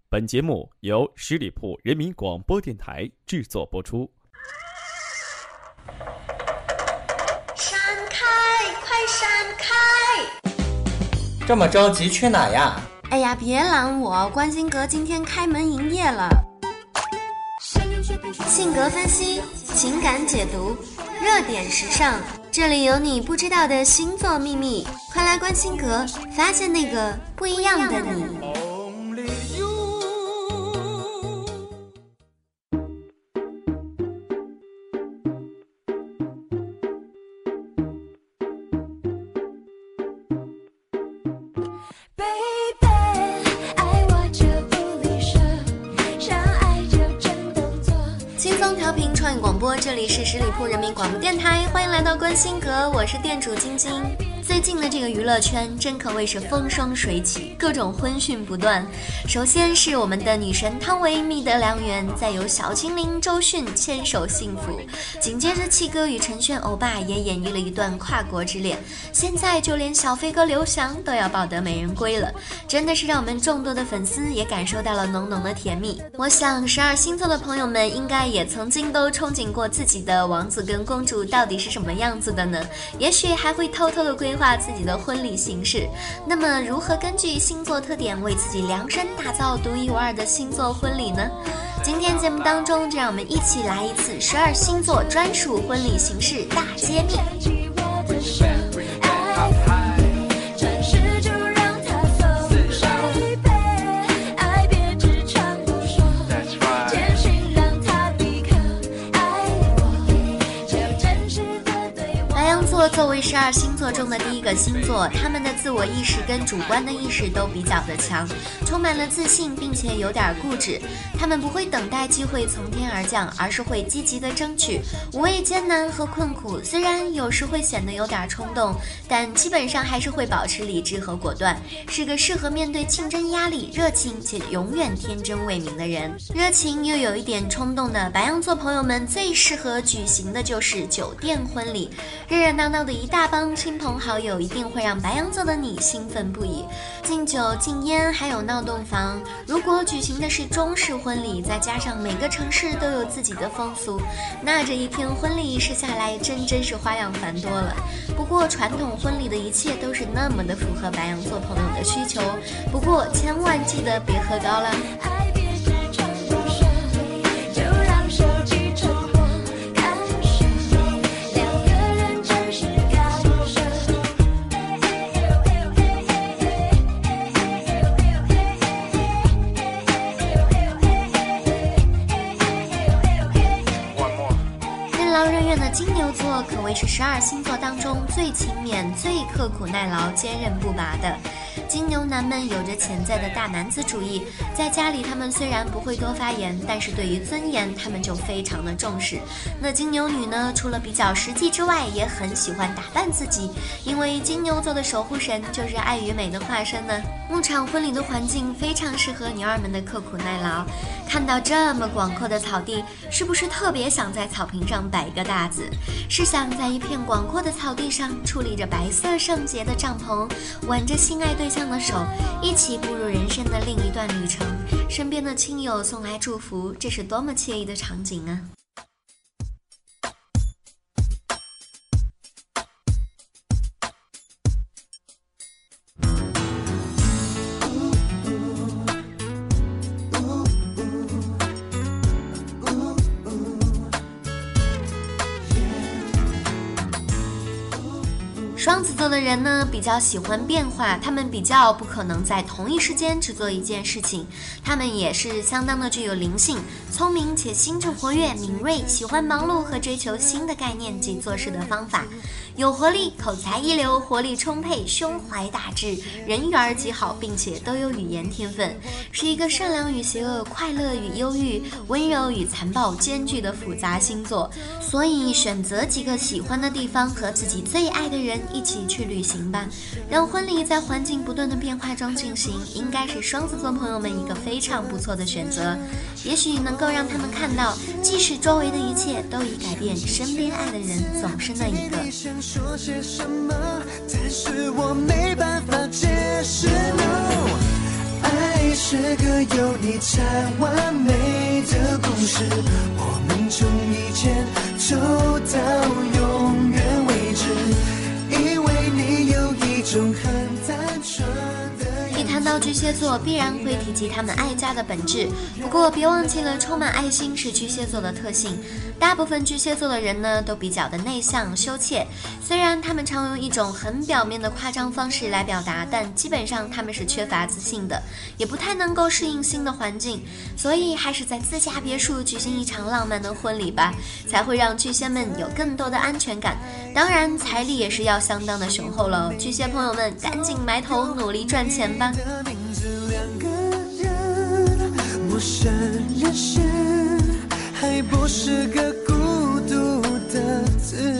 本节目由十里铺人民广播电台制作播出。 闪开，快闪开！ 这么着急去哪呀？ 哎呀，别拦我，关心阁今天开门营业了。性格分析，情感解读，热点时尚，这里有你不知道的星座秘密，快来关心阁，发现那个不一样的你。调频创意广播，这里是十里铺人民广播电台，欢迎来到关心阁，我是店主晶晶。最近的这个娱乐圈真可谓是风生水起，各种婚讯不断。首先是我们的女神汤唯觅得良缘，再有小精灵周迅牵手幸福，紧接着七哥与陈炫欧巴也演绎了一段跨国之恋，现在就连小飞哥刘翔都要抱得美人归了，真的是让我们众多的粉丝也感受到了浓浓的甜蜜。我想12星座的朋友们应该也曾经都憧憬过自己的王子跟公主到底是什么样子的呢？也许还会偷偷的规划自己的婚礼形式。那么如何根据星座特点为自己量身打造独一无二的星座婚礼呢？今天节目当中就让我们一起来一次12星座专属婚礼形式大揭秘。作为12星座中的第一个星座，他们的自我意识跟主观的意识都比较的强，充满了自信，并且有点固执。他们不会等待机会从天而降，而是会积极的争取。无畏艰难和困苦，虽然有时会显得有点冲动，但基本上还是会保持理智和果断，是个适合面对竞争压力、热情且永远天真未泯的人。热情又有一点冲动的白羊座朋友们最适合举行的就是酒店婚礼，热热闹闹的一大帮亲朋好友，一定会让白羊座的你兴奋不已。敬酒敬烟还有闹洞房，如果举行的是中式婚礼，再加上每个城市都有自己的风俗，那这一天婚礼仪式下来真是花样繁多了。不过传统婚礼的一切都是那么的符合白羊座朋友的需求，不过千万记得别喝高了。金牛座可谓是12星座当中最勤勉、最刻苦耐劳、坚韧不拔的。金牛男们有着潜在的大男子主义，在家里他们虽然不会多发言，但是对于尊严他们就非常的重视。那金牛女呢，除了比较实际之外，也很喜欢打扮自己，因为金牛座的守护神就是爱与美的化身呢。牧场婚礼的环境非常适合女儿们的刻苦耐劳，看到这么广阔的草地，是不是特别想在草坪上摆个大字？试想在一片广阔的草地上矗立着白色圣洁的帐篷，挽着心爱对象的手，一起步入人生的另一段旅程，身边的亲友送来祝福，这是多么惬意的场景啊！双子座的人呢，比较喜欢变化，他们比较不可能在同一时间只做一件事情，他们也是相当的具有灵性，聪明且心智活跃敏锐，喜欢忙碌和追求新的概念及做事的方法，有活力，口才一流，活力充沛，胸怀大志，人缘极好，并且都有语言天分，是一个善良与邪恶、快乐与忧郁、温柔与残暴兼具的复杂星座。所以选择几个喜欢的地方和自己最爱的人一起去旅行吧，让婚礼在环境不断的变化中进行，应该是双子座朋友们一个非常不错的选择，也许能够让他们看到，即使周围的一切都已改变，身边爱的人总是那一个。 说些什么，但是我没办法解释 no， 爱是是个有你才完美的故事，我们从以前走到永远为止，因为你有一种很单纯的。 一谈到巨蟹座，必然会提及他们爱家的本质。不过别忘记了，充满爱心是巨蟹座的特性。大部分巨蟹座的人呢，都比较的内向羞怯。虽然他们常用一种很表面的夸张方式来表达，但基本上他们是缺乏自信的，也不太能够适应新的环境。所以还是在自家别墅举行一场浪漫的婚礼吧，才会让巨蟹们有更多的安全感。当然，财力也是要相当的雄厚了。巨蟹朋友们，赶紧埋头努力赚钱吧。 陌生人生还不是个孤独的字，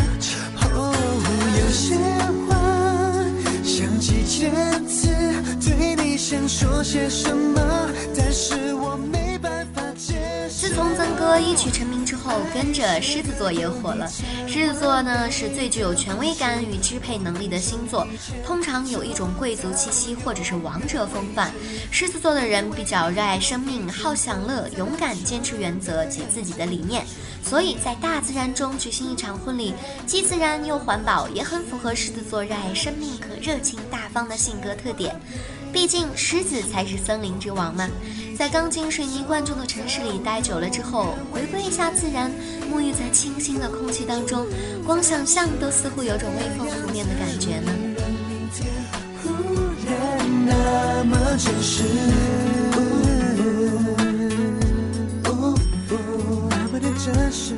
有些话像几千次，对你想说些什么，但是我没办法解释。 自从曾哥一曲成名之后，跟着狮子座也火了。狮子座呢，是最具有权威感与支配能力的星座，通常有一种贵族气息或者是王者风范。狮子座的人比较热爱生命，好享乐，勇敢坚持原则及自己的理念，所以在大自然中举行一场婚礼，既自然又环保，也很符合狮子座热爱生命和热情大方的性格特点。毕竟狮子才是森林之王嘛。在钢筋水泥灌注的城市里待久了之后，回归一下自然，沐浴在清新的空气当中，光想象都似乎有种微风拂面的感觉呢。 忽然那么真实，那么的真实，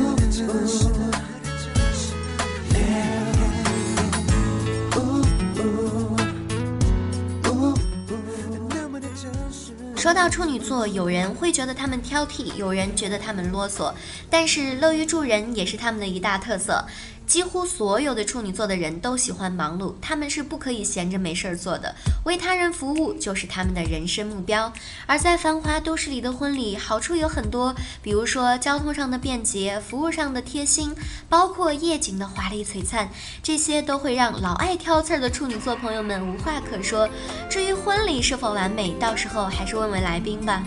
说到处女座，有人会觉得他们挑剔，有人觉得他们啰嗦，但是乐于助人也是他们的一大特色。几乎所有的处女座的人都喜欢忙碌，他们是不可以闲着没事儿做的，为他人服务就是他们的人生目标。而在繁华都市里的婚礼，好处有很多，比如说交通上的便捷，服务上的贴心，包括夜景的华丽璀璨，这些都会让老爱挑刺儿的处女座朋友们无话可说。至于婚礼是否完美，到时候还是问问来宾吧。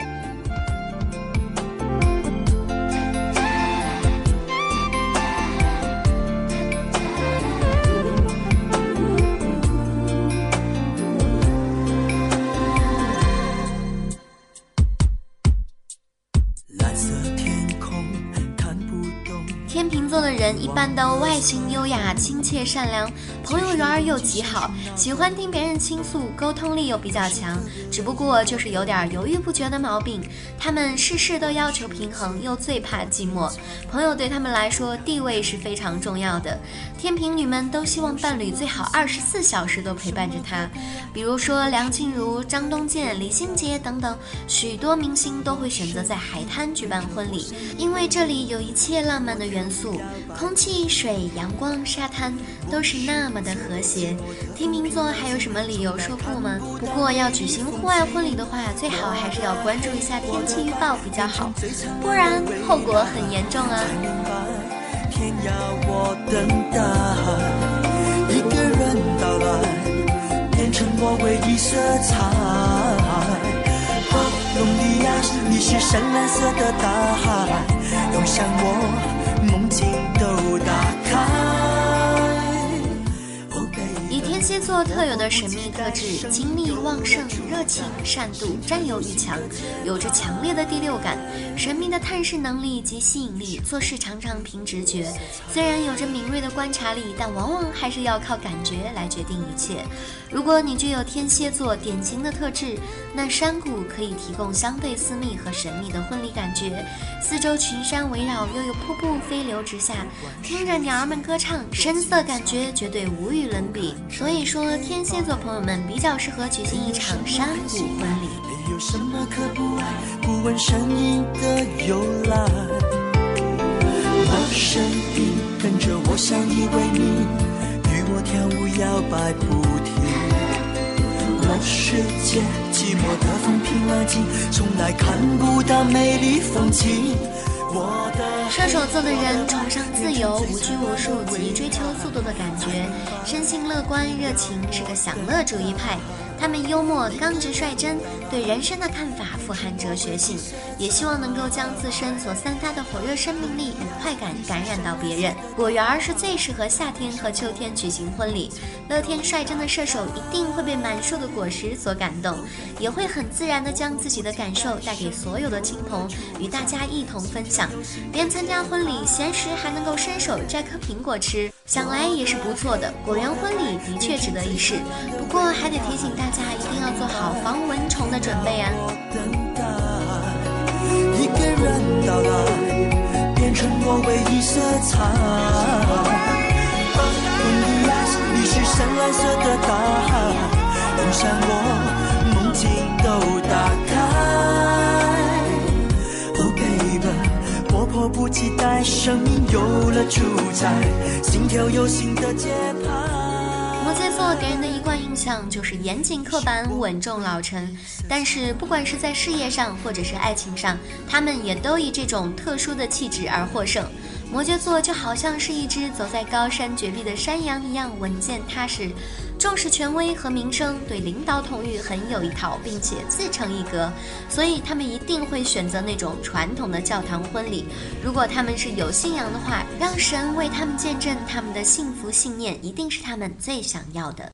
天秤座的人一般都外形优雅、亲切善良，朋友缘又极好，喜欢听别人倾诉，沟通力又比较强，只不过就是有点犹豫不决的毛病。他们事事都要求平衡，又最怕寂寞，朋友对他们来说地位是非常重要的。天秤女们都希望伴侣最好24小时都陪伴着她，比如说梁静茹、张东健、李心洁等等，许多明星都会选择在海滩举办婚礼，因为这里有一切浪漫的元素，空气、水、阳光、沙滩都是那么的和谐。天秤座还有什么理由说不吗？不过要举行户外婚礼的话，最好还是要关注一下天气预报比较好，不然后果很严重啊。 天涯我等待，一个人到来，变成我唯一色彩。龙的呀，你是深蓝色的大海，涌向我，梦境都打开。 以天蝎座特有的神秘特质，精力旺盛、热情、善妒、占有欲强，有着强烈的第六感，神秘的探视能力及吸引力，做事常常凭直觉。虽然有着敏锐的观察力，但往往还是要靠感觉来决定一切。如果你具有天蝎座典型的特质，那山谷可以提供相对私密和神秘的婚礼感觉，四周群山围绕，又有瀑布飞流直下，听着鸟儿们歌唱，声色感觉绝对无与伦比。所以说，天蝎座朋友们比较适合举行一场山谷婚礼。 没有什么可不爱，不问声音的由来。我身边跟着我相依为命，与我跳舞摇摆不停。我世界寂寞的风平浪静，从来看不到美丽风景。 射手座的人崇尚自由、无拘无束及追求速度的感觉，生性乐观热情，是个享乐主义派。 他们幽默、刚直、率真，对人生的看法富含哲学性，也希望能够将自身所散发的火热生命力与快感感染到别人。果园是最适合夏天和秋天举行婚礼，乐天率真的射手一定会被满树的果实所感动，也会很自然地将自己的感受带给所有的亲朋，与大家一同分享。边参加婚礼，闲时还能够伸手摘颗苹果吃，想来也是不错的。果园婚礼的确值得一试，不过还得提醒大家一定要做好防蚊虫的准备啊。 一个人到来变成我唯一色彩，你是深蓝色的大海，能让我梦境都打开。 Oh baby， 我迫不及待，生命有了主宰，心跳有新的节拍。 摩羯座给人的一贯印象就是严谨刻板、稳重老成，但是不管是在事业上或者是爱情上，他们也都以这种特殊的气质而获胜。摩羯座就好像是一只走在高山绝壁的山羊一样稳健踏实，重视权威和名声，对领导统御很有一套，并且自成一格，所以他们一定会选择那种传统的教堂婚礼。如果他们是有信仰的话，让神为他们见证他们的幸福信念，一定是他们最想要的。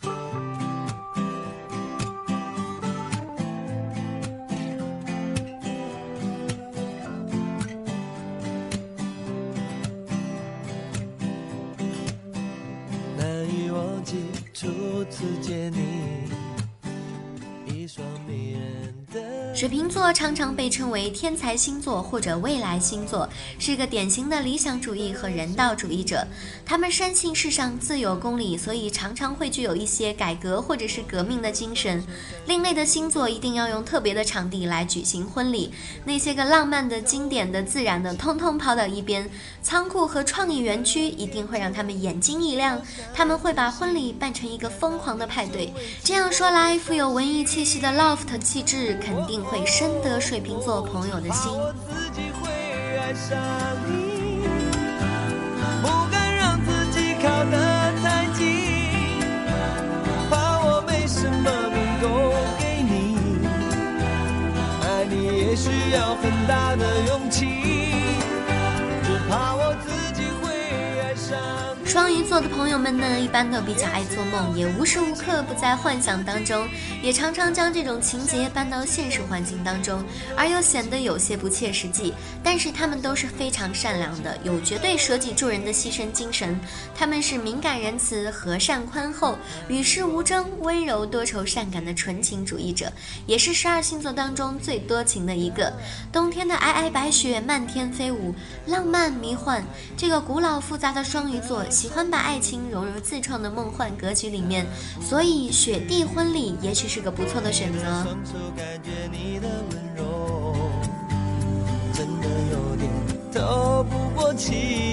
初次见你，一双迷人的。 水瓶座常常被称为天才星座或者未来星座，是个典型的理想主义和人道主义者。他们深信世上自有公理，所以常常会具有一些改革或者是革命的精神。另类的星座一定要用特别的场地来举行婚礼，那些个浪漫的、经典的、自然的，通通抛到一边。仓库和创意园区一定会让他们眼睛一亮，他们会把婚礼办成一个疯狂的派对。这样说来，富有文艺气息的 loft 气质肯定会深得水瓶座朋友的心。 我自己会爱上你，不敢让自己靠得太近，怕我没什么能够给你，爱你也需要很大的勇气，只怕我自己会爱上你。 双鱼座的朋友们呢，一般都比较爱做梦，也无时无刻不在幻想当中，也常常将这种情节搬到现实环境当中，而又显得有些不切实际。但是他们都是非常善良的，有绝对舍己助人的牺牲精神。他们是敏感仁慈、和善宽厚、与世无争、温柔多愁善感的纯情主义者，也是12星座当中最多情的一个。冬天的皑皑白雪漫天飞舞，浪漫迷幻。这个古老复杂的双鱼座喜欢把爱情融入自创的梦幻格局里面，所以雪地婚礼也许是个不错的选择。 感觉你的温柔真的有点透不过气，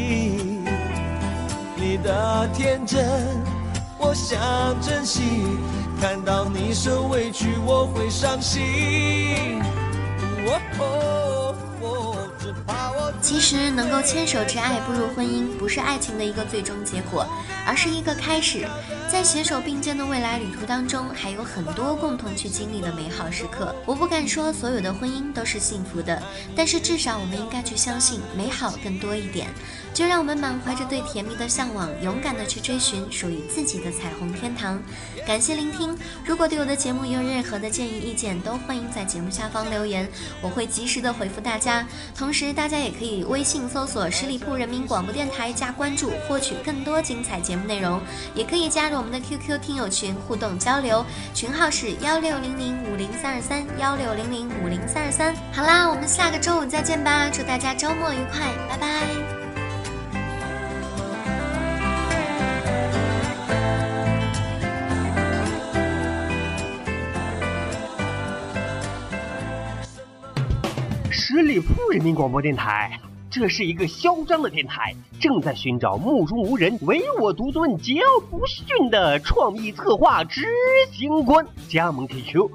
你的天真我想珍惜，看到你受委屈我会伤心。只怕我其实能够牵手之爱步入婚姻，不是爱情的一个最终结果，而是一个开始。在携手并肩的未来旅途当中，还有很多共同去经历的美好时刻。我不敢说所有的婚姻都是幸福的，但是至少我们应该去相信美好更多一点。就让我们满怀着对甜蜜的向往，勇敢的去追寻属于自己的彩虹天堂。感谢聆听，如果对我的节目有任何的建议意见，都欢迎在节目下方留言，我会及时的回复大家。同时大家也可以微信搜索十里铺人民广播电台加关注，获取更多精彩节目内容，也可以加入我们的 QQ 听友群互动交流，群号是1600-50323，1600-50323。好啦，我们下个周五再见吧，祝大家周末愉快，拜拜。 十里铺人民广播电台，这是一个嚣张的电台，正在寻找目中无人、唯我独尊、桀骜不驯的创意策划执行官。加盟 QQ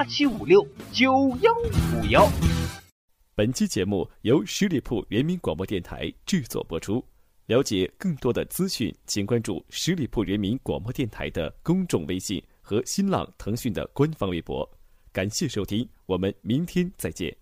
87569151。 本期节目由十里铺人民广播电台制作播出。了解更多的资讯，请关注十里铺人民广播电台的公众微信和和新浪、腾讯的官方微博。感谢收听，我们明天再见。